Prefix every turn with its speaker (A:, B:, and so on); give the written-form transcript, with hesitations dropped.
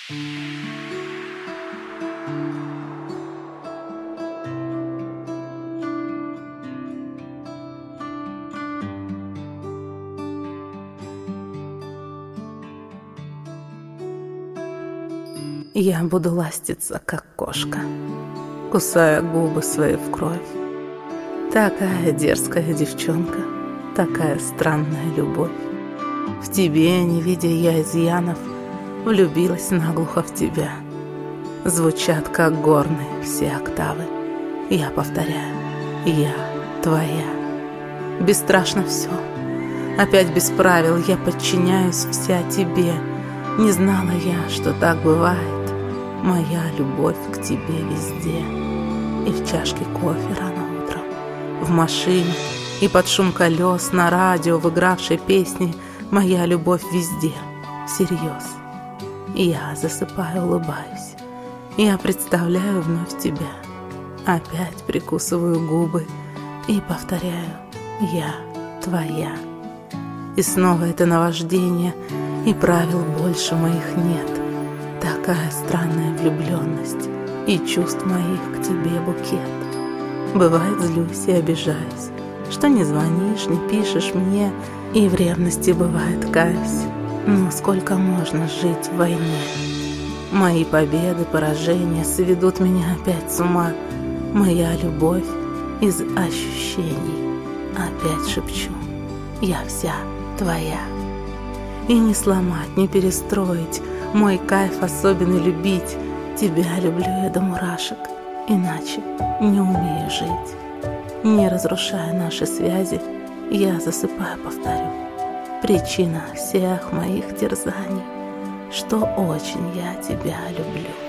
A: Я буду ластиться, как кошка, кусая губы свои в кровь. Такая дерзкая девчонка, такая странная любовь. В тебе, не видя я изъянов, влюбилась наглухо в тебя. Звучат, как горные, все октавы. Я повторяю, я твоя. Бесстрашно все, опять без правил я подчиняюсь вся тебе. Не знала я, что так бывает. Моя любовь к тебе везде. И в чашке кофе рано утром, в машине, и под шум колес, на радио, в игравшей песни. Моя любовь везде, всерьез. Я засыпаю, улыбаюсь. Я представляю вновь тебя. Опять прикусываю губы и повторяю, я твоя. И снова это наваждение, и правил больше моих нет. Такая странная влюбленность, и чувств моих к тебе букет. Бывает, злюсь и обижаюсь, что не звонишь, не пишешь мне, и в ревности бывает каюсь. Но сколько можно жить в войне? Мои победы, поражения сведут меня опять с ума. Моя любовь из ощущений. Опять шепчу, я вся твоя. И не сломать, не перестроить мой кайф особенный любить. Тебя люблю я до мурашек, иначе не умею жить. Не разрушая наши связи, я засыпаю, повторю. Причина всех моих терзаний, что очень я тебя люблю.